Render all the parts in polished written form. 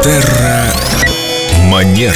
Манера.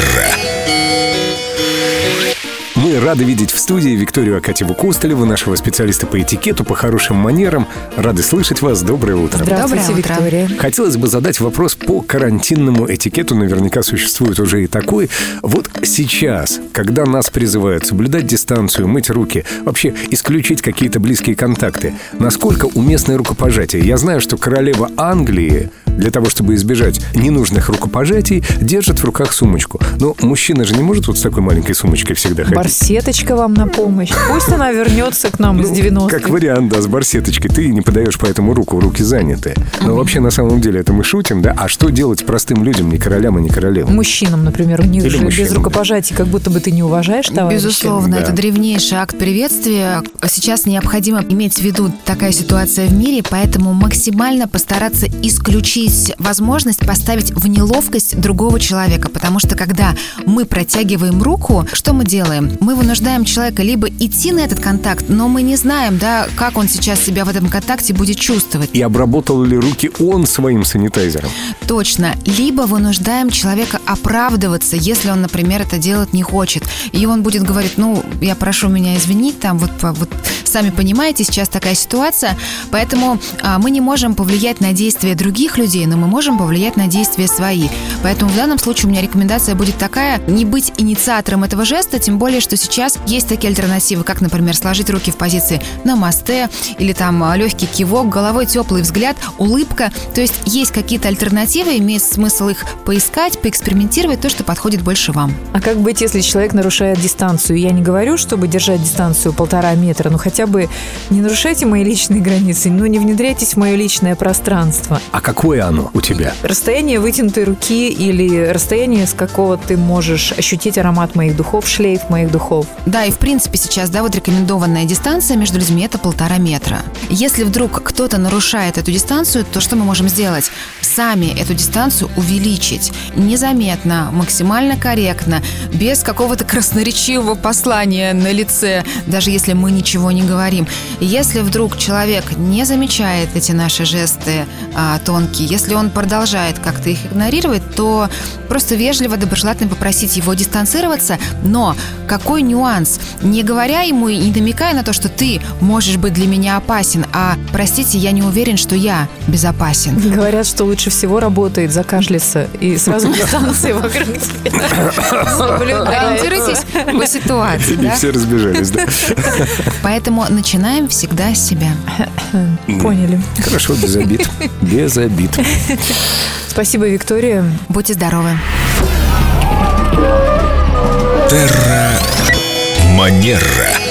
Мы рады видеть в студии Викторию Акатьеву-Костылеву, нашего специалиста по этикету, по хорошим манерам. Рады слышать вас. Доброе утро. Здравствуйте, Виктория. Хотелось бы задать вопрос по карантинному этикету. Наверняка существует уже и такой. Вот сейчас, когда нас призывают соблюдать дистанцию, мыть руки, вообще исключить какие-то близкие контакты, насколько уместное рукопожатие? Я знаю, что королева Англии для того, чтобы избежать ненужных рукопожатий, держит в руках сумочку. Но мужчина же не может вот с такой маленькой сумочкой всегда ходить. Барсеточка вам на помощь. Пусть она вернется к нам из 90-х. Как вариант, да, с барсеточкой. Ты не подаешь по этому руки заняты. Но вообще, на самом деле, это мы шутим, да? А что делать простым людям, не королям и не королевам? Мужчинам, например, у них же без рукопожатий, как будто бы ты не уважаешь товарища. Безусловно, это древнейший акт приветствия. Сейчас необходимо иметь в виду такая ситуация в мире, поэтому максимально постараться исключить возможность поставить в неловкость другого человека. Потому что, когда мы протягиваем руку, что мы делаем? Мы вынуждаем человека либо идти на этот контакт, но мы не знаем, да, как он сейчас себя в этом контакте будет чувствовать. И обработал ли руки он своим санитайзером? Точно. Либо вынуждаем человека оправдываться, если он, например, это делать не хочет. И он будет говорить, я прошу меня извинить, там вот сами понимаете, сейчас такая ситуация, поэтому мы не можем повлиять на действия других людей, но мы можем повлиять на действия свои. Поэтому в данном случае у меня рекомендация будет такая: не быть инициатором этого жеста, тем более, что сейчас есть такие альтернативы, как, например, сложить руки в позиции намасте, или там легкий кивок, головой теплый взгляд, улыбка. То есть есть какие-то альтернативы, имеет смысл их поискать, поэкспериментировать, то, что подходит больше вам. А как быть, если человек нарушает дистанцию? Я не говорю, чтобы держать дистанцию 1,5 метра, но хотя бы не нарушайте мои личные границы, не внедряйтесь в мое личное пространство. А какое оно у тебя? Расстояние вытянутой руки или расстояние, с какого ты можешь ощутить аромат моих духов, шлейф моих духов. Да, и в принципе сейчас, рекомендованная дистанция между людьми – это 1,5 метра. Если вдруг кто-то нарушает эту дистанцию, то что мы можем сделать? Сами эту дистанцию увеличить. Незаметно, максимально корректно, без какого-то красноречивого послания на лице, даже если мы ничего не говорим. Если вдруг человек не замечает эти наши жесты тонкие, если он продолжает как-то их игнорировать, то просто вежливо, доброжелательно попросить его дистанцироваться. Но какой нюанс? Не говоря ему и не намекая на то, что ты можешь быть для меня опасен, а простите, я не уверен, что я безопасен. Говорят, что лучше всего работает закашляться и сразу дистанции вокруг тебя. Ориентируйтесь по ситуации. И все разбежались, да? Поэтому начинаем всегда с себя. Поняли. Хорошо, без обид. Без обид. Спасибо, Виктория. Будьте здоровы. Манера.